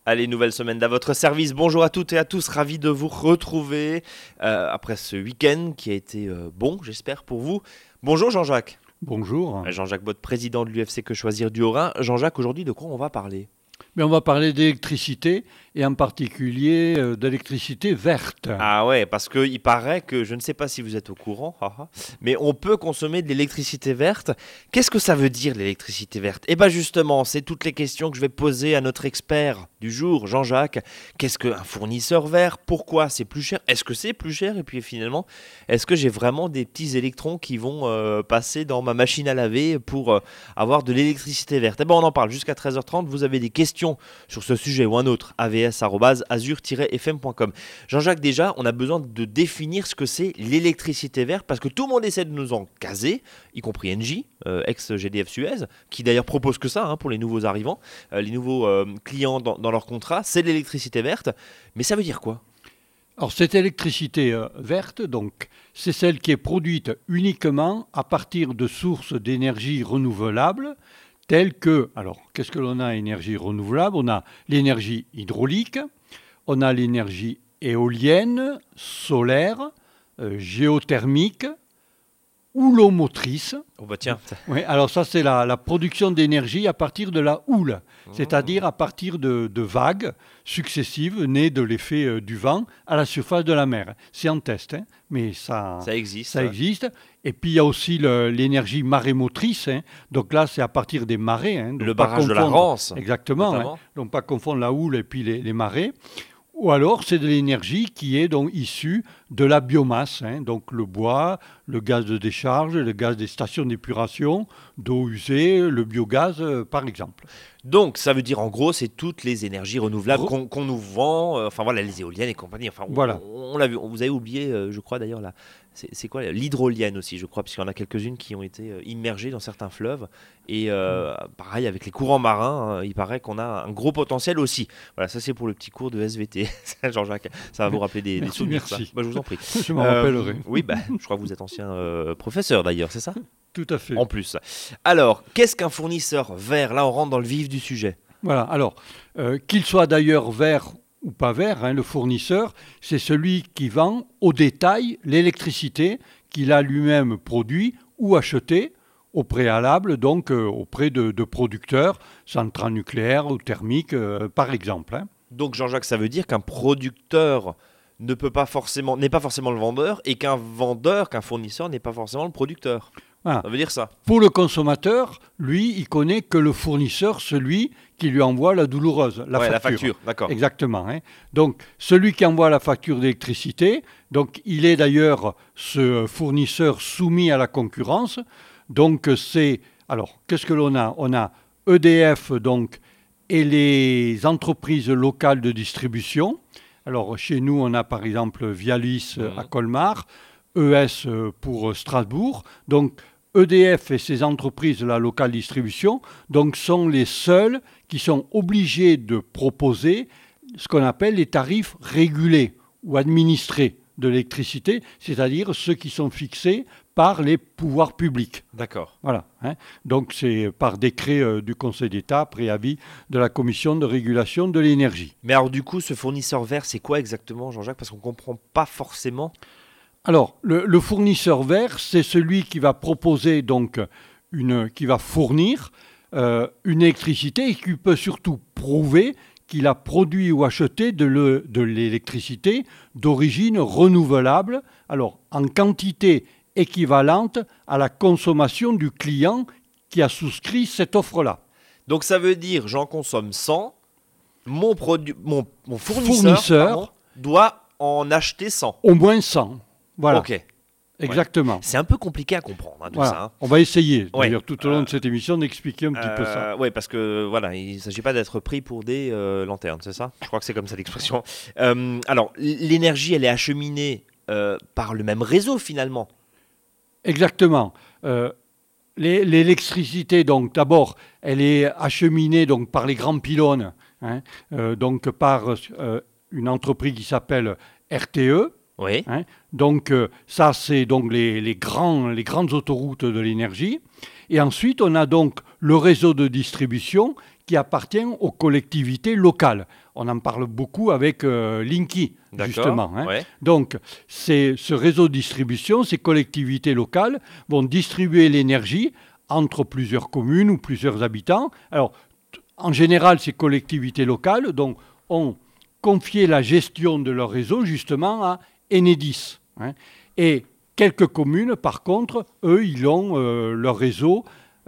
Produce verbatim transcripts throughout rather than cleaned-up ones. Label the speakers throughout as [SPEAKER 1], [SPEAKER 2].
[SPEAKER 1] Allez, nouvelle semaine à votre service. Bonjour à toutes et à tous, ravi de vous retrouver euh, après ce week-end qui a été euh, bon, j'espère, pour vous. Bonjour Jean-Jacques.
[SPEAKER 2] Bonjour.
[SPEAKER 1] Jean-Jacques Bott, président de l'U F C Que Choisir du Haut-Rhin. Jean-Jacques, aujourd'hui, de quoi on va parler ?
[SPEAKER 2] Mais on va parler d'électricité et en particulier euh, d'électricité verte.
[SPEAKER 1] Ah ouais, parce qu'il paraît que, je ne sais pas si vous êtes au courant, haha, mais on peut consommer de l'électricité verte. Qu'est-ce que ça veut dire l'électricité verte ? Eh bien justement, c'est toutes les questions que je vais poser à notre expert du jour, Jean-Jacques. Qu'est-ce qu'un fournisseur vert ? Pourquoi c'est plus cher ? Est-ce que c'est plus cher ? Et puis finalement, est-ce que j'ai vraiment des petits électrons qui vont euh, passer dans ma machine à laver pour euh, avoir de l'électricité verte ? Eh bien on en parle jusqu'à treize heures trente. Vous avez des questions sur ce sujet ou un autre, a v s arobase azur tiret f m point com. Jean-Jacques, déjà, on a besoin de définir ce que c'est l'électricité verte, parce que tout le monde essaie de nous en caser, y compris Engie, euh, ex-G D F Suez, qui d'ailleurs propose que ça hein, pour les nouveaux arrivants, euh, les nouveaux euh, clients dans, dans leur contrat, c'est l'électricité verte. Mais ça veut dire quoi ?
[SPEAKER 2] Alors cette électricité euh, verte, donc, c'est celle qui est produite uniquement à partir de sources d'énergie renouvelables, telles que, alors qu'est-ce que l'on a énergie renouvelable ? On a l'énergie hydraulique, on a l'énergie éolienne, solaire, euh, géothermique, houlomotrice.
[SPEAKER 1] Oh bah tiens.
[SPEAKER 2] Oui, alors ça c'est la, la production d'énergie à partir de la houle, mmh. c'est-à-dire à partir de, de vagues successives nées de l'effet euh, du vent à la surface de la mer. C'est en test, hein, mais ça,
[SPEAKER 1] ça existe.
[SPEAKER 2] Ça existe. Et puis il y a aussi le, l'énergie marémotrice, hein, donc là c'est à partir des marées. Hein,
[SPEAKER 1] le barrage de la Rance.
[SPEAKER 2] Exactement, hein, donc pas confondre la houle et puis les, les marées. Ou alors, c'est de l'énergie qui est donc issue de la biomasse, hein, donc le bois, le gaz de décharge, le gaz des stations d'épuration, d'eau usée, le biogaz, euh, par exemple.
[SPEAKER 1] Donc, ça veut dire, en gros, c'est toutes les énergies renouvelables Re- qu'on, qu'on nous vend, euh, enfin voilà, les éoliennes et compagnie. Enfin, on,
[SPEAKER 2] voilà.
[SPEAKER 1] on, on l'a vu, vous avez oublié, euh, je crois d'ailleurs, là, c'est, c'est quoi l'hydrolienne aussi, je crois, puisqu'il y en a quelques-unes qui ont été euh, immergées dans certains fleuves. Et euh, mmh. pareil, avec les courants marins, hein, il paraît qu'on a un gros potentiel aussi. Voilà, ça c'est pour le petit cours de S V T. Jean-Jacques, ça va vous rappeler des,
[SPEAKER 2] merci,
[SPEAKER 1] des souvenirs.
[SPEAKER 2] Merci.
[SPEAKER 1] Bah, je vous en prie.
[SPEAKER 2] Je m'en euh, rappellerai.
[SPEAKER 1] Oui, bah, je crois que vous êtes ancien euh, professeur d'ailleurs, c'est ça ?
[SPEAKER 2] Tout à fait.
[SPEAKER 1] En plus. Alors, qu'est-ce qu'un fournisseur vert ? Là, on rentre dans le vif du sujet.
[SPEAKER 2] Voilà, alors, euh, qu'il soit d'ailleurs vert ou pas vert, hein, le fournisseur, c'est celui qui vend au détail l'électricité qu'il a lui-même produit ou acheté au préalable, donc euh, auprès de, de producteurs, centrales nucléaires ou thermiques, euh, par exemple. Hein.
[SPEAKER 1] Donc Jean-Jacques, ça veut dire qu'un producteur ne peut pas forcément, n'est pas forcément le vendeur, et qu'un vendeur, qu'un fournisseur n'est pas forcément le producteur. Voilà. Ça veut dire ça.
[SPEAKER 2] Pour le consommateur, lui, il connaît que le fournisseur, celui qui lui envoie la douloureuse, la
[SPEAKER 1] ouais,
[SPEAKER 2] facture.
[SPEAKER 1] La facture, d'accord.
[SPEAKER 2] Exactement. Hein. Donc, celui qui envoie la facture d'électricité, donc il est d'ailleurs ce fournisseur soumis à la concurrence. Donc, c'est... Alors, qu'est-ce que l'on a ? On a E D F, donc, et les entreprises locales de distribution. Alors, chez nous, on a par exemple Vialis mmh. à Colmar, E S pour Strasbourg. Donc, E D F et ces entreprises de la locale distribution donc, sont les seules qui sont obligées de proposer ce qu'on appelle les tarifs régulés ou administrés de l'électricité, c'est-à-dire ceux qui sont fixés par les pouvoirs publics.
[SPEAKER 1] D'accord.
[SPEAKER 2] Voilà. Hein. Donc, c'est par décret euh, du Conseil d'État, préavis de la Commission de régulation de l'énergie.
[SPEAKER 1] Mais alors, du coup, ce fournisseur vert, c'est quoi exactement, Jean-Jacques ? Parce qu'on ne comprend pas forcément...
[SPEAKER 2] Alors, le, le fournisseur vert, c'est celui qui va proposer, donc, une, qui va fournir euh, une électricité et qui peut surtout prouver qu'il a produit ou acheté de, le, de l'électricité d'origine renouvelable, alors en quantité équivalente à la consommation du client qui a souscrit cette offre-là.
[SPEAKER 1] Donc ça veut dire, j'en consomme cent, mon, produ- mon, mon fournisseur,
[SPEAKER 2] fournisseur
[SPEAKER 1] pardon, doit en acheter cent.
[SPEAKER 2] Au moins cent. Voilà.
[SPEAKER 1] Ok.
[SPEAKER 2] Exactement.
[SPEAKER 1] Ouais. C'est un peu compliqué à comprendre, hein, tout
[SPEAKER 2] voilà.
[SPEAKER 1] ça. Hein.
[SPEAKER 2] On va essayer,
[SPEAKER 1] ouais.
[SPEAKER 2] d'ailleurs, tout au long euh, de cette émission, d'expliquer un petit
[SPEAKER 1] euh,
[SPEAKER 2] peu ça.
[SPEAKER 1] Oui, parce que voilà, il ne s'agit pas d'être pris pour des euh, lanternes, c'est ça ? Je crois que c'est comme ça l'expression. Euh, alors, l'énergie, elle est acheminée euh, par le même réseau, finalement.
[SPEAKER 2] Exactement. Euh, les, l'électricité, donc, d'abord, elle est acheminée donc, par les grands pylônes, hein, euh, donc par euh, une entreprise qui s'appelle R T E.
[SPEAKER 1] Oui.
[SPEAKER 2] Hein. Donc euh, ça, c'est donc les, les, grands, les grandes autoroutes de l'énergie. Et ensuite, on a donc le réseau de distribution qui appartient aux collectivités locales. On en parle beaucoup avec euh, Linky, justement. Hein.
[SPEAKER 1] Ouais.
[SPEAKER 2] Donc, c'est, ce réseau de distribution, ces collectivités locales vont distribuer l'énergie entre plusieurs communes ou plusieurs habitants. Alors, t- en général, ces collectivités locales donc, ont confié la gestion de leur réseau justement à Enedis. Hein. Et quelques communes, par contre, eux, ils ont euh, leur réseau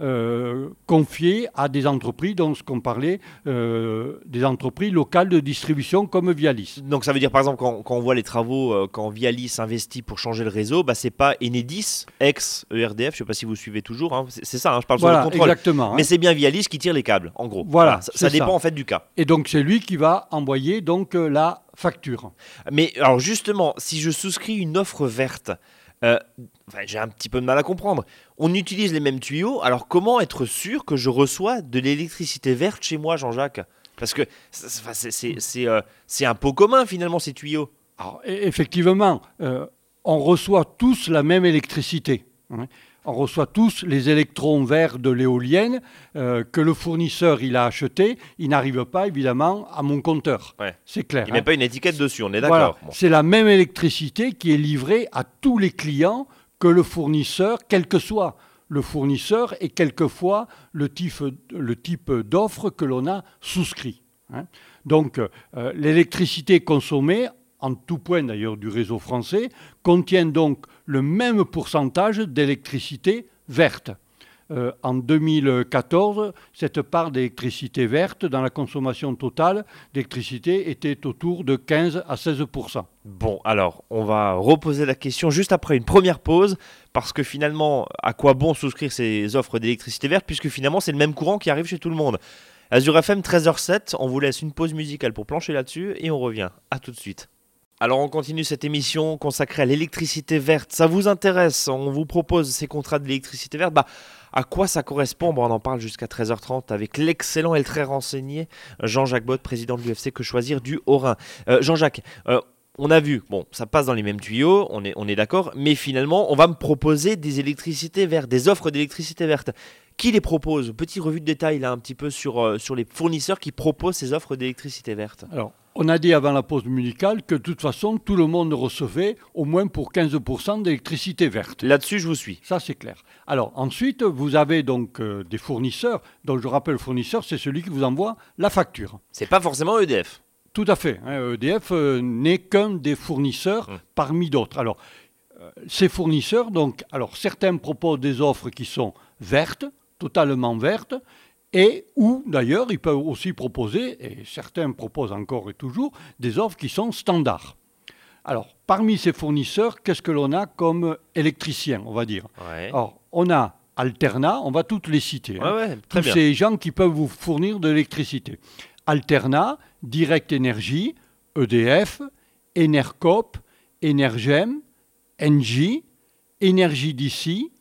[SPEAKER 2] euh, confié à des entreprises, dont ce qu'on parlait, euh, des entreprises locales de distribution comme Vialis.
[SPEAKER 1] Donc ça veut dire par exemple quand, quand on voit les travaux, euh, quand Vialis investit pour changer le réseau, bah, c'est pas Enedis, ex-E R D F, je ne sais pas si vous suivez toujours, hein, c'est, c'est ça, hein, je parle
[SPEAKER 2] Voilà,
[SPEAKER 1] sur le contrôle.
[SPEAKER 2] exactement.
[SPEAKER 1] Mais
[SPEAKER 2] hein.
[SPEAKER 1] c'est bien Vialis qui tire les câbles, en gros.
[SPEAKER 2] Voilà,
[SPEAKER 1] ça,
[SPEAKER 2] c'est
[SPEAKER 1] ça dépend
[SPEAKER 2] ça.
[SPEAKER 1] en fait du cas.
[SPEAKER 2] Et donc, c'est lui qui va envoyer donc, euh, la facture.
[SPEAKER 1] Mais alors justement, si je souscris une offre verte, euh, enfin, j'ai un petit peu de mal à comprendre. On utilise les mêmes tuyaux, alors comment être sûr que je reçois de l'électricité verte chez moi, Jean-Jacques? Parce que c'est, c'est, c'est, c'est, euh, c'est un pot commun finalement ces tuyaux.
[SPEAKER 2] Alors, e- effectivement, euh, on reçoit tous la même électricité. Hein. On reçoit tous les électrons verts de l'éolienne euh, que le fournisseur il a acheté. Il n'arrive pas évidemment à mon compteur.
[SPEAKER 1] Ouais.
[SPEAKER 2] C'est clair.
[SPEAKER 1] Il n'y a
[SPEAKER 2] hein.
[SPEAKER 1] même pas une étiquette dessus, on est
[SPEAKER 2] Voilà.
[SPEAKER 1] d'accord. Bon.
[SPEAKER 2] C'est la même électricité qui est livrée à tous les clients que le fournisseur, quel que soit le fournisseur et quelquefois le type, le type d'offre que l'on a souscrit. Hein. Donc euh, l'électricité consommée, en tout point d'ailleurs du réseau français, contient donc le même pourcentage d'électricité verte. Euh, en deux mille quatorze, cette part d'électricité verte dans la consommation totale d'électricité était autour de quinze à seize pour cent.
[SPEAKER 1] Bon, alors, on va reposer la question juste après une première pause, parce que finalement, à quoi bon souscrire ces offres d'électricité verte, puisque finalement, c'est le même courant qui arrive chez tout le monde. Azure F M, treize heures zéro sept, on vous laisse une pause musicale pour plancher là-dessus, et on revient. À tout de suite. Alors, on continue cette émission consacrée à l'électricité verte. Ça vous intéresse? On vous propose ces contrats de l'électricité verte. Bah, à quoi ça correspond? Bon, on en parle jusqu'à treize heures trente avec l'excellent et le très renseigné Jean-Jacques Bott, président de l'U F C Que Choisir du Haut-Rhin. Euh, Jean-Jacques, euh, on a vu, bon, ça passe dans les mêmes tuyaux, on est, on est d'accord, mais finalement, on va me proposer des électricités vertes, des offres d'électricité verte. Qui les propose? Petite revue de détail là, un petit peu sur, euh, sur les fournisseurs qui proposent ces offres d'électricité verte.
[SPEAKER 2] Alors, on a dit avant la pause musicale que de toute façon, tout le monde recevait au moins pour quinze pour cent d'électricité verte.
[SPEAKER 1] Là-dessus, je vous suis.
[SPEAKER 2] Ça, c'est clair. Alors, ensuite, vous avez donc euh, des fournisseurs. Donc, je rappelle, le fournisseur, c'est celui qui vous envoie la facture.
[SPEAKER 1] C'est pas forcément E D F.
[SPEAKER 2] Tout à fait. Hein, E D F euh, n'est qu'un des fournisseurs
[SPEAKER 1] Hum.
[SPEAKER 2] parmi d'autres. Alors, euh, ces fournisseurs, donc, alors, certains proposent des offres qui sont vertes, totalement vertes, et ou d'ailleurs, ils peuvent aussi proposer, et certains proposent encore et toujours, des offres qui sont standards. Alors, parmi ces fournisseurs, qu'est-ce que l'on a comme électricien, on va dire?
[SPEAKER 1] Ouais.
[SPEAKER 2] Alors, on a Alterna, on va toutes les citer.
[SPEAKER 1] Ouais,
[SPEAKER 2] hein.
[SPEAKER 1] ouais, très
[SPEAKER 2] Tous
[SPEAKER 1] bien.
[SPEAKER 2] ces gens qui peuvent vous fournir de l'électricité. Alterna, Direct Energy, E D F, Enercop, Energem, Engie, Énergie d'ici,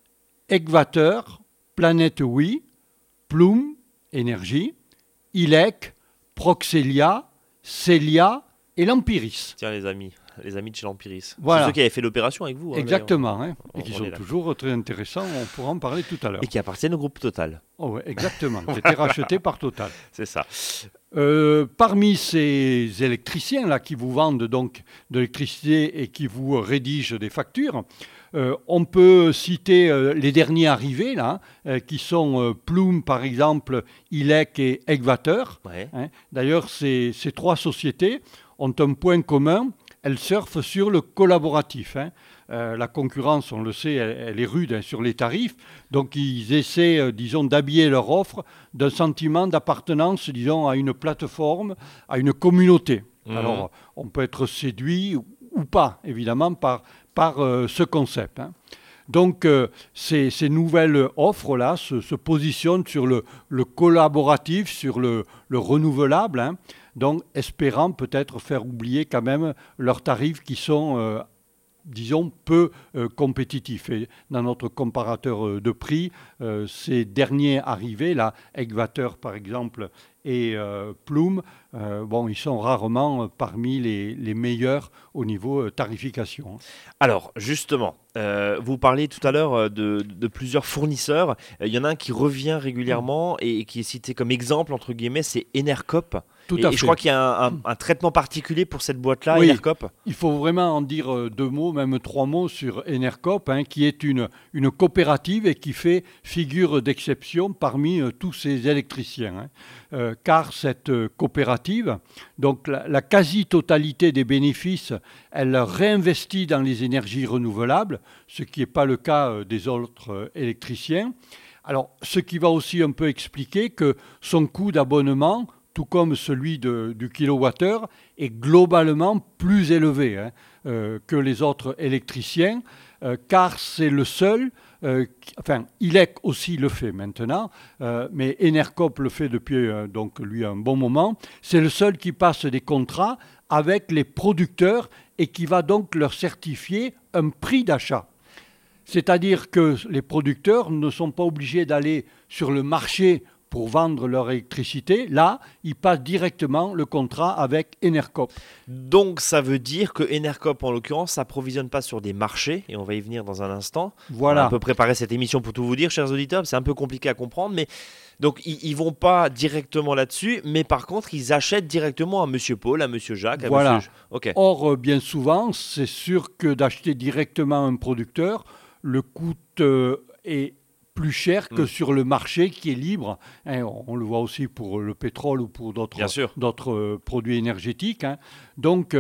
[SPEAKER 2] Equateur, Planète Oui, Plume, Énergie, I L E C, Proxelia, Celia et l'Empiris.
[SPEAKER 1] Tiens les amis, les amis de chez l'Empiris.
[SPEAKER 2] Voilà.
[SPEAKER 1] C'est ceux qui avaient fait l'opération avec vous. hein,
[SPEAKER 2] Exactement, hein,
[SPEAKER 1] On-
[SPEAKER 2] et qui
[SPEAKER 1] on
[SPEAKER 2] sont
[SPEAKER 1] est là.
[SPEAKER 2] toujours très intéressants, on pourra en parler tout à l'heure.
[SPEAKER 1] Et qui appartiennent au groupe Total.
[SPEAKER 2] Oh ouais, exactement, qui été racheté par Total.
[SPEAKER 1] C'est ça.
[SPEAKER 2] Euh, parmi ces électriciens-là qui vous vendent donc de l'électricité et qui vous rédigent des factures, euh, on peut citer euh, les derniers arrivés, là, euh, qui sont euh, Plume, par exemple, I L E C et Equateur.
[SPEAKER 1] Ouais.
[SPEAKER 2] Hein. D'ailleurs, ces, ces trois sociétés ont un point commun, elles surfent sur le collaboratif. Hein. Euh, la concurrence, on le sait, elle, elle est rude hein, sur les tarifs. Donc, ils essaient, euh, disons, d'habiller leur offre d'un sentiment d'appartenance, disons, à une plateforme, à une communauté.
[SPEAKER 1] Mmh.
[SPEAKER 2] Alors, on peut être séduit ou, ou pas, évidemment, par, par euh, ce concept. Hein. Donc, euh, ces, ces nouvelles offres-là se, se positionnent sur le, le collaboratif, sur le, le renouvelable, hein, donc espérant peut-être faire oublier quand même leurs tarifs qui sont euh, disons, peu euh, compétitif. Et dans notre comparateur euh, de prix, euh, ces derniers arrivés, là, Egwater par exemple, et euh, Plume, euh, bon, ils sont rarement parmi les, les meilleurs au niveau euh, tarification.
[SPEAKER 1] Alors, justement, euh, vous parliez tout à l'heure de, de plusieurs fournisseurs. Il y en a un qui revient régulièrement et, et qui est cité comme exemple, entre guillemets, c'est Enercop.
[SPEAKER 2] Tout
[SPEAKER 1] Et,
[SPEAKER 2] à
[SPEAKER 1] et
[SPEAKER 2] fait.
[SPEAKER 1] je crois qu'il y a un, un- un traitement particulier pour cette boîte-là,
[SPEAKER 2] Oui.
[SPEAKER 1] Enercop.
[SPEAKER 2] Il faut vraiment en dire euh, deux mots, même trois mots sur Enercop, hein, qui est une, une coopérative et qui fait figure d'exception parmi euh, tous ces électriciens. Hein. Euh, car cette euh, coopérative, donc la, la quasi-totalité des bénéfices, elle réinvestit dans les énergies renouvelables, ce qui n'est pas le cas euh, des autres euh, électriciens. Alors, ce qui va aussi un peu expliquer que son coût d'abonnement, tout comme celui de, du kilowattheure, est globalement plus élevé hein, euh, que les autres électriciens, euh, car c'est le seul, euh, qui, enfin, I L E C aussi le fait maintenant, euh, mais Enercop le fait depuis euh, donc, lui un bon moment, c'est le seul qui passe des contrats avec les producteurs et qui va donc leur certifier un prix d'achat. C'est-à-dire que les producteurs ne sont pas obligés d'aller sur le marché pour vendre leur électricité. Là, ils passent directement le contrat avec Enercop.
[SPEAKER 1] Donc, ça veut dire que Enercop, en l'occurrence, s'approvisionne pas sur des marchés, et on va y venir dans un instant.
[SPEAKER 2] Voilà.
[SPEAKER 1] On a un peu préparé cette émission pour tout vous dire, chers auditeurs, c'est un peu compliqué à comprendre, mais donc ils ne vont pas directement là-dessus, mais par contre, ils achètent directement à Monsieur Paul, à Monsieur Jacques, à
[SPEAKER 2] Voilà.
[SPEAKER 1] Monsieur... Ok.
[SPEAKER 2] Or, euh, bien souvent, c'est sûr que d'acheter directement un producteur, le coût euh, est plus cher que
[SPEAKER 1] Mm.
[SPEAKER 2] sur le marché qui est libre. Hein, on, on le voit aussi pour le pétrole ou pour d'autres,
[SPEAKER 1] Bien sûr.
[SPEAKER 2] d'autres euh, produits énergétiques. Hein. Donc,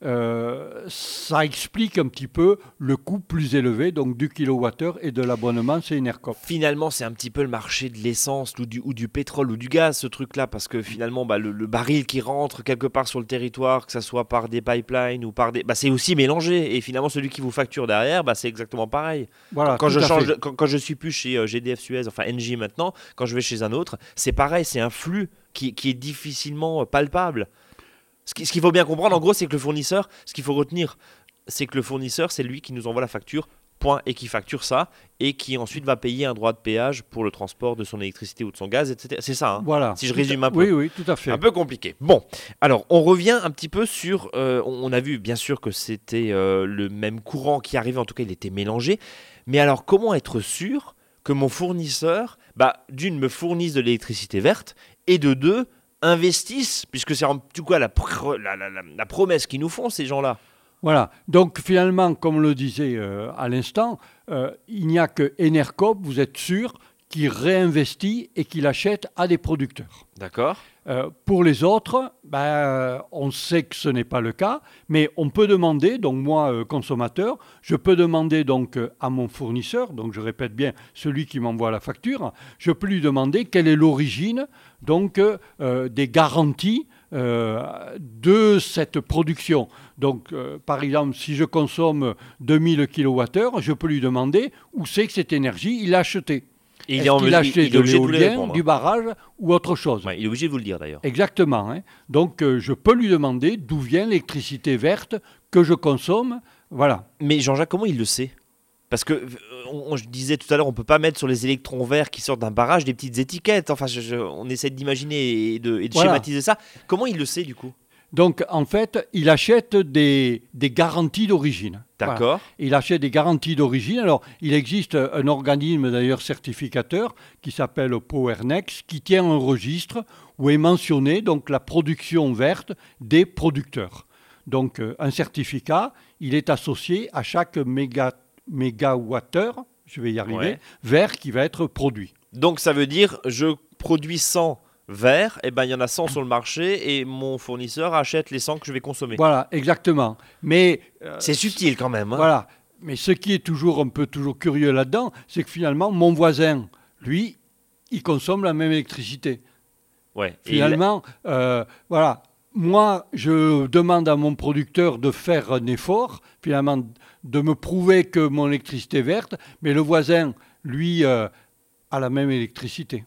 [SPEAKER 2] euh, ça explique un petit peu le coût plus élevé donc, du kilowattheure et de l'abonnement, c'est Enercop.
[SPEAKER 1] Finalement, c'est un petit peu le marché de l'essence ou du, ou du pétrole ou du gaz, ce truc-là, parce que finalement, bah, le, le baril qui rentre quelque part sur le territoire, que ce soit par des pipelines ou par des... Bah, c'est aussi mélangé. Et finalement, celui qui vous facture derrière, bah, c'est exactement pareil.
[SPEAKER 2] Voilà,
[SPEAKER 1] Quand
[SPEAKER 2] tout
[SPEAKER 1] je
[SPEAKER 2] à
[SPEAKER 1] change,
[SPEAKER 2] fait.
[SPEAKER 1] de- quand, quand je suis plus chez euh, G D F Suez, enfin Engie maintenant, quand je vais chez un autre, c'est pareil, c'est un flux qui, qui est difficilement euh, palpable. Ce qui- ce qu'il faut bien comprendre, en gros, c'est que le fournisseur, ce qu'il faut retenir, c'est que le fournisseur, c'est lui qui nous envoie la facture, point, et qui facture ça, et qui ensuite va payer un droit de péage pour le transport de son électricité ou de son gaz, et cetera. C'est ça, hein,
[SPEAKER 2] Voilà.
[SPEAKER 1] si je
[SPEAKER 2] Tout
[SPEAKER 1] résume
[SPEAKER 2] à-
[SPEAKER 1] un peu.
[SPEAKER 2] Oui, oui, tout à fait.
[SPEAKER 1] Un peu compliqué. Bon, alors on revient un petit peu sur. euh, on on a vu bien sûr que c'était euh, le même courant qui arrivait, en tout cas il était mélangé. Mais alors comment être sûr que mon fournisseur, bah, d'une, me fournisse de l'électricité verte et de deux, investisse, puisque c'est en tout cas la, pr- la, la- la- la promesse qu'ils nous font ces gens-là.
[SPEAKER 2] Voilà. Donc finalement, comme le disait euh, à l'instant, euh, il n'y a que Enercop, vous êtes sûr, qui réinvestit et qui l'achète à des producteurs.
[SPEAKER 1] D'accord.
[SPEAKER 2] Euh, pour les autres, ben, euh, on sait que ce n'est pas le cas, mais on peut demander, donc moi, euh, consommateur, je peux demander donc euh, à mon fournisseur, donc je répète bien, celui qui m'envoie la facture, je peux lui demander quelle est l'origine donc euh, des garanties euh, de cette production. Donc, euh, par exemple, si je consomme deux mille kilowattheures, je peux lui demander où c'est que cette énergie il l'a achetée.
[SPEAKER 1] Et il
[SPEAKER 2] Est-ce
[SPEAKER 1] est, en
[SPEAKER 2] qu'il
[SPEAKER 1] mesure-
[SPEAKER 2] a acheté
[SPEAKER 1] il est
[SPEAKER 2] de
[SPEAKER 1] obligé de vous les
[SPEAKER 2] l'éolien,
[SPEAKER 1] répondre.
[SPEAKER 2] du barrage ou autre chose?
[SPEAKER 1] Ouais, il est obligé de vous le dire d'ailleurs.
[SPEAKER 2] Exactement. Hein. Donc, euh, je peux lui demander d'où vient l'électricité verte que je consomme. Voilà.
[SPEAKER 1] Mais Jean-Jacques, comment il le sait? Parce que, euh, on, on- je disais tout à l'heure, on ne peut pas mettre sur les électrons verts qui sortent d'un barrage des petites étiquettes. Enfin, je- je- on essaie d'imaginer et de, et de
[SPEAKER 2] Voilà.
[SPEAKER 1] schématiser ça. Comment il le sait du coup?
[SPEAKER 2] Donc, en fait, il achète des, des garanties d'origine. Voilà.
[SPEAKER 1] D'accord.
[SPEAKER 2] Il achète des garanties d'origine. Alors, il existe un organisme d'ailleurs certificateur qui s'appelle Powernex, qui tient un registre où est mentionné donc la production verte des producteurs. Donc, euh, un certificat, il est associé à chaque méga, mégawattheure, je vais y arriver,
[SPEAKER 1] Ouais.
[SPEAKER 2] vert qui va être produit.
[SPEAKER 1] Donc ça veut dire, je produis cent verts, et ben il y en a cent sur le marché et mon fournisseur achète les cent que je vais consommer.
[SPEAKER 2] Voilà, exactement. Mais euh,
[SPEAKER 1] C'est subtil quand même. Hein.
[SPEAKER 2] voilà. Mais ce qui est toujours un peu toujours curieux là-dedans, c'est que finalement, mon voisin, lui, il consomme la même électricité.
[SPEAKER 1] Ouais. Et il-
[SPEAKER 2] Finalement, euh, voilà. Moi, je demande à mon producteur de faire un effort, finalement, de me prouver que mon électricité est verte, mais le voisin, lui, euh, a la même électricité.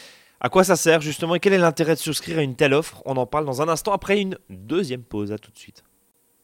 [SPEAKER 1] À quoi ça sert justement et quel est l'intérêt de souscrire à une telle offre? On en parle dans un instant après une deuxième pause. À tout de suite.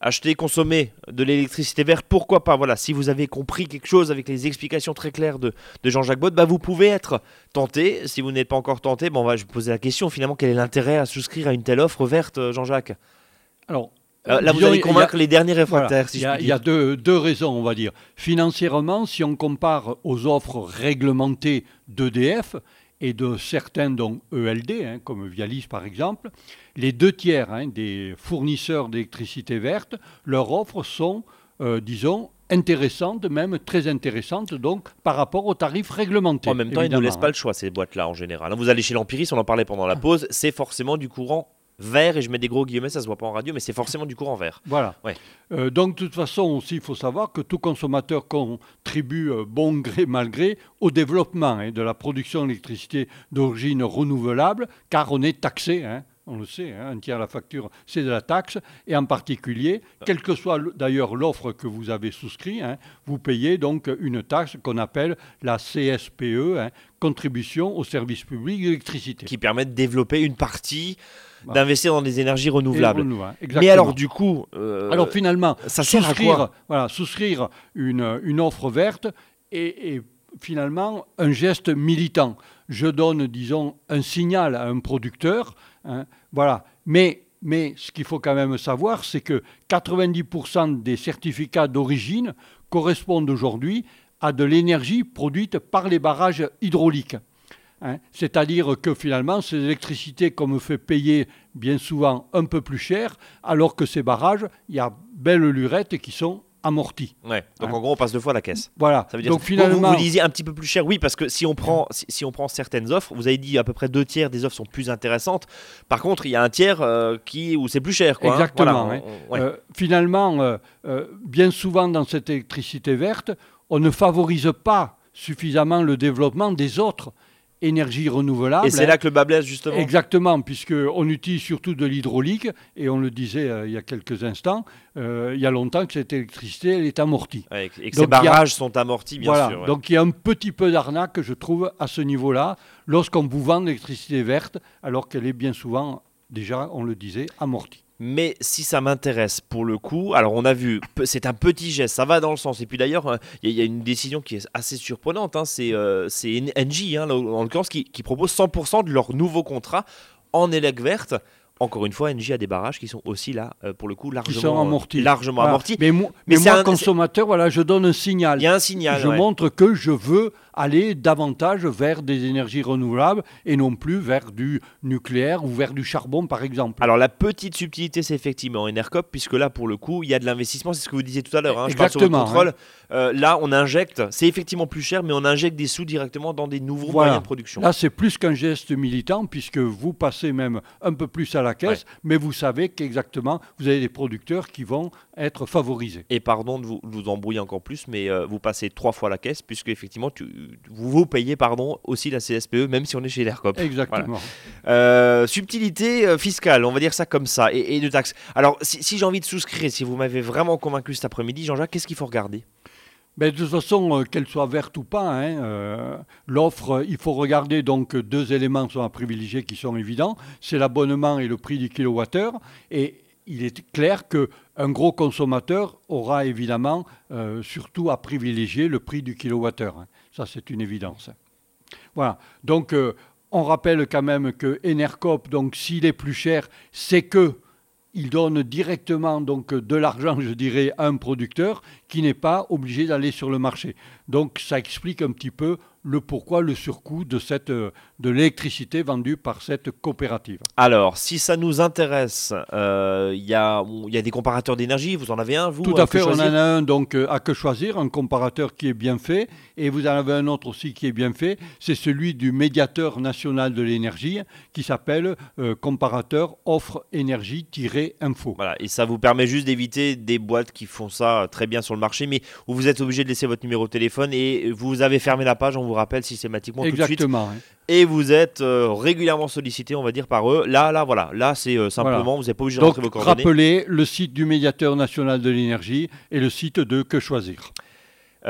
[SPEAKER 1] acheter, consommer de l'électricité verte, pourquoi pas. Voilà, si vous avez compris quelque chose avec les explications très claires de, de Jean-Jacques Baude, bah vous pouvez être tenté. Si vous n'êtes pas encore tenté, bon, bah, je vais vous poser la question finalement, quel est l'intérêt à souscrire à une telle offre verte, Jean-Jacques?
[SPEAKER 2] Alors,
[SPEAKER 1] euh, là,
[SPEAKER 2] disons,
[SPEAKER 1] vous allez
[SPEAKER 2] a,
[SPEAKER 1] convaincre a, les derniers réfractaires.
[SPEAKER 2] Voilà,
[SPEAKER 1] si
[SPEAKER 2] il y a,
[SPEAKER 1] je puis
[SPEAKER 2] il y a
[SPEAKER 1] dire.
[SPEAKER 2] deux, deux raisons, on va dire. Financièrement, si on compare aux offres réglementées d'E D F et de certains, dont E L D, hein, comme Vialis par exemple, les deux tiers hein, des fournisseurs d'électricité verte, leurs offres sont, euh, disons, intéressantes, même très intéressantes, donc par rapport aux tarifs réglementés.
[SPEAKER 1] En même temps, ils ne nous laissent
[SPEAKER 2] hein.
[SPEAKER 1] pas le choix, ces boîtes-là, en général. Vous allez chez l'Empiris, on en parlait pendant la pause, c'est forcément du courant vert, et je mets des gros guillemets, ça se voit pas en radio, mais c'est forcément du courant vert.
[SPEAKER 2] Voilà.
[SPEAKER 1] Ouais.
[SPEAKER 2] Euh, donc, de toute façon, aussi, il faut savoir que tout consommateur contribue, euh, bon gré, mal gré, au développement hein, de la production d'électricité d'origine renouvelable, car on est taxé, hein, on le sait, hein, un tiers de la facture, c'est de la taxe, et en particulier, quelle que soit d'ailleurs l'offre que vous avez souscrite, hein, vous payez donc une taxe qu'on appelle la C S P E, hein, contribution au service public d'électricité.
[SPEAKER 1] Qui permet de développer une partie,
[SPEAKER 2] voilà.
[SPEAKER 1] d'investir dans des énergies renouvelables.
[SPEAKER 2] Renouvelable,
[SPEAKER 1] mais alors du coup,
[SPEAKER 2] euh, alors finalement,
[SPEAKER 1] ça sert
[SPEAKER 2] souscrire,
[SPEAKER 1] à quoi
[SPEAKER 2] voilà, souscrire une, une offre verte est, est finalement un geste militant. Je donne, disons, un signal à un producteur, hein, voilà. Mais, mais ce qu'il faut quand même savoir, c'est que quatre-vingt-dix pour cent des certificats d'origine correspondent aujourd'hui à de l'énergie produite par les barrages hydrauliques. Hein, c'est-à-dire que finalement, c'est l'électricité qu'on me fait payer bien souvent un peu plus cher, alors que ces barrages, il y a belle lurette qui sont amortis.
[SPEAKER 1] Ouais, donc
[SPEAKER 2] hein.
[SPEAKER 1] En gros, on passe deux fois à la caisse.
[SPEAKER 2] Voilà.
[SPEAKER 1] Ça veut dire
[SPEAKER 2] donc
[SPEAKER 1] que
[SPEAKER 2] finalement,
[SPEAKER 1] vous, vous disiez un petit peu plus cher, oui, parce que si on prend, si, si on prend certaines offres, vous avez dit à peu près deux tiers des offres sont plus intéressantes. Par contre, il y a un tiers euh, qui, où c'est plus cher. Quoi,
[SPEAKER 2] exactement.
[SPEAKER 1] hein. Voilà,
[SPEAKER 2] hein.
[SPEAKER 1] on, on, ouais.
[SPEAKER 2] euh, finalement, euh, euh, bien souvent dans cette électricité verte, on ne favorise pas suffisamment le développement des autres énergie renouvelable.
[SPEAKER 1] Et c'est
[SPEAKER 2] hein.
[SPEAKER 1] là que le bas blesse, justement.
[SPEAKER 2] Exactement, puisqu'on utilise surtout de l'hydraulique, et on le disait euh, il y a quelques instants, euh, il y a longtemps que cette électricité, elle est amortie.
[SPEAKER 1] Ouais, et que
[SPEAKER 2] donc,
[SPEAKER 1] ces barrages
[SPEAKER 2] a,
[SPEAKER 1] sont amortis, bien
[SPEAKER 2] voilà,
[SPEAKER 1] sûr. Ouais.
[SPEAKER 2] Donc il y a un petit peu d'arnaque, je trouve, à ce niveau-là, lorsqu'on vous vend l'électricité verte, alors qu'elle est bien souvent, déjà, on le disait, amortie.
[SPEAKER 1] Mais si ça m'intéresse pour le coup, alors on a vu, c'est un petit geste, ça va dans le sens. Et puis d'ailleurs, il y, y a une décision qui est assez surprenante, hein, c'est euh, Engie, hein, en l'occurrence, qui, qui propose cent pour cent de leur nouveau contrat en élec verte. Encore une fois, Engie a des barrages qui sont aussi là, euh, pour le coup, largement,
[SPEAKER 2] qui sont amortis.
[SPEAKER 1] Euh, largement
[SPEAKER 2] voilà.
[SPEAKER 1] amortis.
[SPEAKER 2] Mais, mo mais, mais moi, un, consommateur, voilà, je donne un signal.
[SPEAKER 1] Il y a un signal.
[SPEAKER 2] Je
[SPEAKER 1] ouais.
[SPEAKER 2] montre que je veux aller davantage vers des énergies renouvelables et non plus vers du nucléaire ou vers du charbon, par exemple.
[SPEAKER 1] Alors, la petite subtilité, c'est effectivement Enercop, puisque là, pour le coup, il y a de l'investissement. C'est ce que vous disiez tout à l'heure. Hein, je parle sur le contrôle. Hein. Euh, là, on injecte, c'est effectivement plus cher, mais on injecte des sous directement dans des nouveaux
[SPEAKER 2] voilà.
[SPEAKER 1] moyens de production.
[SPEAKER 2] Là, c'est plus qu'un geste militant, puisque vous passez même un peu plus à la caisse, ouais. mais vous savez qu'exactement, vous avez des producteurs qui vont être favorisés.
[SPEAKER 1] Et pardon de vous, de vous embrouiller encore plus, mais euh, vous passez trois fois la caisse, puisque effectivement, tu, vous vous payez pardon, aussi la C S P E, même si on est chez l'Ercop.
[SPEAKER 2] Exactement.
[SPEAKER 1] Voilà. Euh, subtilité euh, fiscale, on va dire ça comme ça, et, et de taxes. Alors, si, si j'ai envie de souscrire, si vous m'avez vraiment convaincu cet après-midi, Jean-Jacques, qu'est-ce qu'il faut regarder ?
[SPEAKER 2] Ben, de toute façon, euh, qu'elle soit verte ou pas, hein, euh, l'offre, il faut regarder, donc deux éléments sont à privilégier qui sont évidents, c'est l'abonnement et le prix du kilowattheure, et il est clair qu'un gros consommateur aura évidemment euh, surtout à privilégier le prix du kilowattheure. Hein. Ça, c'est une évidence. Voilà. Donc, euh, on rappelle quand même que Enercop, donc s'il est plus cher, c'est que il donne directement donc de l'argent, je dirais, à un producteur qui n'est pas obligé d'aller sur le marché. Donc, ça explique un petit peu le pourquoi, le surcoût de, cette, de l'électricité vendue par cette coopérative.
[SPEAKER 1] Alors, si ça nous intéresse, il euh, y, y a des comparateurs d'énergie, vous en avez un, vous ?
[SPEAKER 2] Tout à fait, on en a un donc, à que choisir, un comparateur qui est bien fait, et vous en avez un autre aussi qui est bien fait, c'est celui du médiateur national de l'énergie, qui s'appelle euh, comparateur offre énergie-info.
[SPEAKER 1] Voilà, et ça vous permet juste d'éviter des boîtes qui font ça très bien sur le marché, mais où vous êtes obligé de laisser votre numéro de téléphone, et vous avez fermé la page, on vous rappelle systématiquement
[SPEAKER 2] Exactement,
[SPEAKER 1] tout de suite.
[SPEAKER 2] Hein.
[SPEAKER 1] Et vous êtes euh, régulièrement sollicité, on va dire, par eux. Là, là, voilà. Là, c'est euh, simplement, voilà. Vous n'êtes pas obligé de
[SPEAKER 2] Donc,
[SPEAKER 1] rentrer vos coordonnées.
[SPEAKER 2] Rappelez le site du médiateur national de l'énergie et le site de Que Choisir.
[SPEAKER 1] Euh,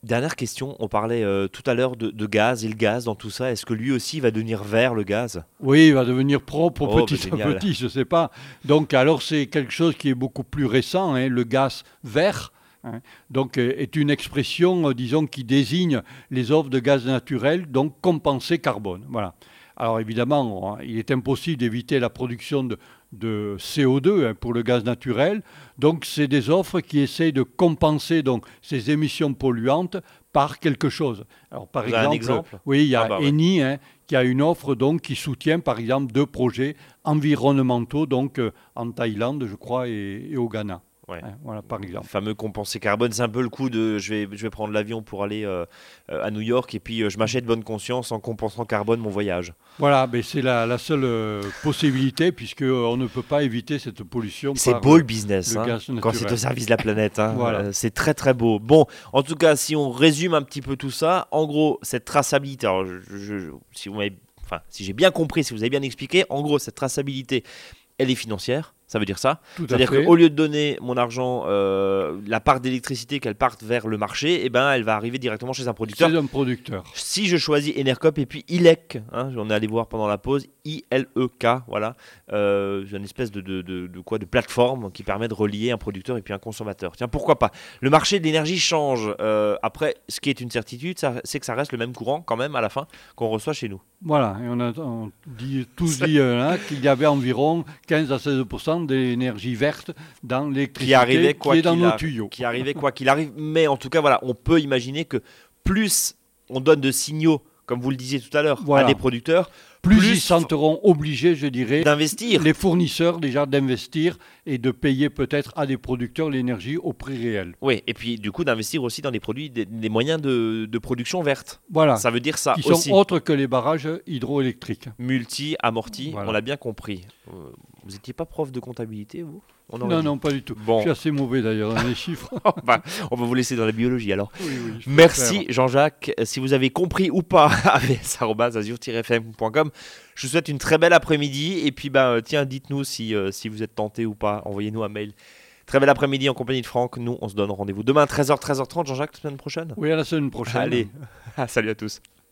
[SPEAKER 1] Dernière question, on parlait euh, tout à l'heure de, de gaz et le gaz dans tout ça. Est-ce que lui aussi va devenir vert, le gaz?
[SPEAKER 2] Oui, il va devenir propre
[SPEAKER 1] Oh,
[SPEAKER 2] petit
[SPEAKER 1] bah,
[SPEAKER 2] à
[SPEAKER 1] génial.
[SPEAKER 2] petit, je ne sais pas. Donc, alors, c'est quelque chose qui est beaucoup plus récent, hein, le gaz vert. Hein. Donc, euh, est une expression, euh, disons, qui désigne les offres de gaz naturel, donc compensé carbone. Voilà. Alors, évidemment, il est impossible d'éviter la production de, de C O deux hein, pour le gaz naturel. Donc, c'est des offres qui essayent de compenser donc, ces émissions polluantes par quelque chose. Alors, par
[SPEAKER 1] Vous avez un
[SPEAKER 2] exemple,
[SPEAKER 1] exemple?
[SPEAKER 2] oui, il y
[SPEAKER 1] Ah
[SPEAKER 2] a
[SPEAKER 1] bah ouais.
[SPEAKER 2] Eni hein, qui a une offre donc, qui soutient, par exemple, deux projets environnementaux donc, euh, en Thaïlande, je crois, et, et au Ghana.
[SPEAKER 1] Ouais.
[SPEAKER 2] Hein, voilà, par
[SPEAKER 1] Le
[SPEAKER 2] exemple.
[SPEAKER 1] fameux compensé carbone, c'est un peu le coup de je vais, je vais prendre l'avion pour aller euh, euh, à New York et puis euh, je m'achète bonne conscience en compensant carbone mon voyage.
[SPEAKER 2] Voilà, mais c'est la, la seule euh, possibilité, puisqu'on ne peut pas éviter cette pollution
[SPEAKER 1] C'est
[SPEAKER 2] par
[SPEAKER 1] beau
[SPEAKER 2] euh,
[SPEAKER 1] le business,
[SPEAKER 2] le
[SPEAKER 1] hein,
[SPEAKER 2] gaz
[SPEAKER 1] quand c'est au
[SPEAKER 2] naturel.
[SPEAKER 1] service de la planète. Hein.
[SPEAKER 2] Voilà.
[SPEAKER 1] Euh, c'est très très beau. Bon, en tout cas, si on résume un petit peu tout ça, en gros, cette traçabilité, alors je- je- je- si vous m'avez- enfin, si j'ai bien compris, si vous avez bien expliqué, en gros, cette traçabilité, elle est financière. Ça veut dire ça.
[SPEAKER 2] Tout à
[SPEAKER 1] C'est-à-dire
[SPEAKER 2] fait.
[SPEAKER 1] qu'au lieu de donner mon argent, euh, la part d'électricité qu'elle parte vers le marché, eh ben, elle va arriver directement chez un producteur.
[SPEAKER 2] C'est un producteur.
[SPEAKER 1] Si je choisis Enercop et puis I L E C, hein, on est allé voir pendant la pause, I L E K, voilà, euh, c'est une espèce de, de, de, de quoi, de plateforme qui permet de relier un producteur et puis un consommateur. Tiens, pourquoi pas? Le marché de l'énergie change. Euh, après, ce qui est une certitude, ça- c'est que ça reste le même courant quand même à la fin qu'on reçoit chez nous.
[SPEAKER 2] Voilà, et on a on dit, tous dit euh, hein, qu'il y avait environ quinze à seize pour cent d'énergie verte dans
[SPEAKER 1] Qui
[SPEAKER 2] l'électricité
[SPEAKER 1] arrivait
[SPEAKER 2] qui
[SPEAKER 1] quoi
[SPEAKER 2] est dans
[SPEAKER 1] qu'il
[SPEAKER 2] nos
[SPEAKER 1] arri-
[SPEAKER 2] tuyaux.
[SPEAKER 1] qui arrivait quoi qu'il arrive. Mais en tout cas, voilà, on peut imaginer que plus on donne de signaux, comme vous le disiez tout à l'heure,
[SPEAKER 2] Voilà.
[SPEAKER 1] à des producteurs,
[SPEAKER 2] Plus,
[SPEAKER 1] plus
[SPEAKER 2] ils sentiront obligés, je dirais,
[SPEAKER 1] d'investir.
[SPEAKER 2] les fournisseurs déjà d'investir et de payer peut-être à des producteurs l'énergie au prix réel.
[SPEAKER 1] Oui, et puis du coup d'investir aussi dans des produits, des, des moyens de, de production verte.
[SPEAKER 2] Voilà,
[SPEAKER 1] Ça veut dire ça
[SPEAKER 2] qui
[SPEAKER 1] aussi.
[SPEAKER 2] sont autres que les barrages hydroélectriques.
[SPEAKER 1] Multi, amorti,
[SPEAKER 2] Voilà.
[SPEAKER 1] on l'a bien compris. Euh, vous n'étiez pas prof de comptabilité, vous? On aurait
[SPEAKER 2] Non,
[SPEAKER 1] dit.
[SPEAKER 2] non, pas du tout.
[SPEAKER 1] Bon.
[SPEAKER 2] Je suis assez mauvais d'ailleurs dans les chiffres.
[SPEAKER 1] Bah, on va vous laisser dans la biologie alors.
[SPEAKER 2] Oui, oui, je peux
[SPEAKER 1] Merci
[SPEAKER 2] faire.
[SPEAKER 1] Jean-Jacques. Si vous avez compris ou pas, a v s arobase azur tiret f m point com. Je vous souhaite une très belle après-midi. Et puis, bah, euh, tiens, dites-nous si, euh, si vous êtes tenté ou pas. Envoyez-nous un mail. Très belle après-midi en compagnie de Franck. Nous, on se donne rendez-vous demain, treize heures, treize heures trente. Jean-Jacques, la semaine prochaine.
[SPEAKER 2] Oui, à la semaine prochaine.
[SPEAKER 1] Allez, salut à tous.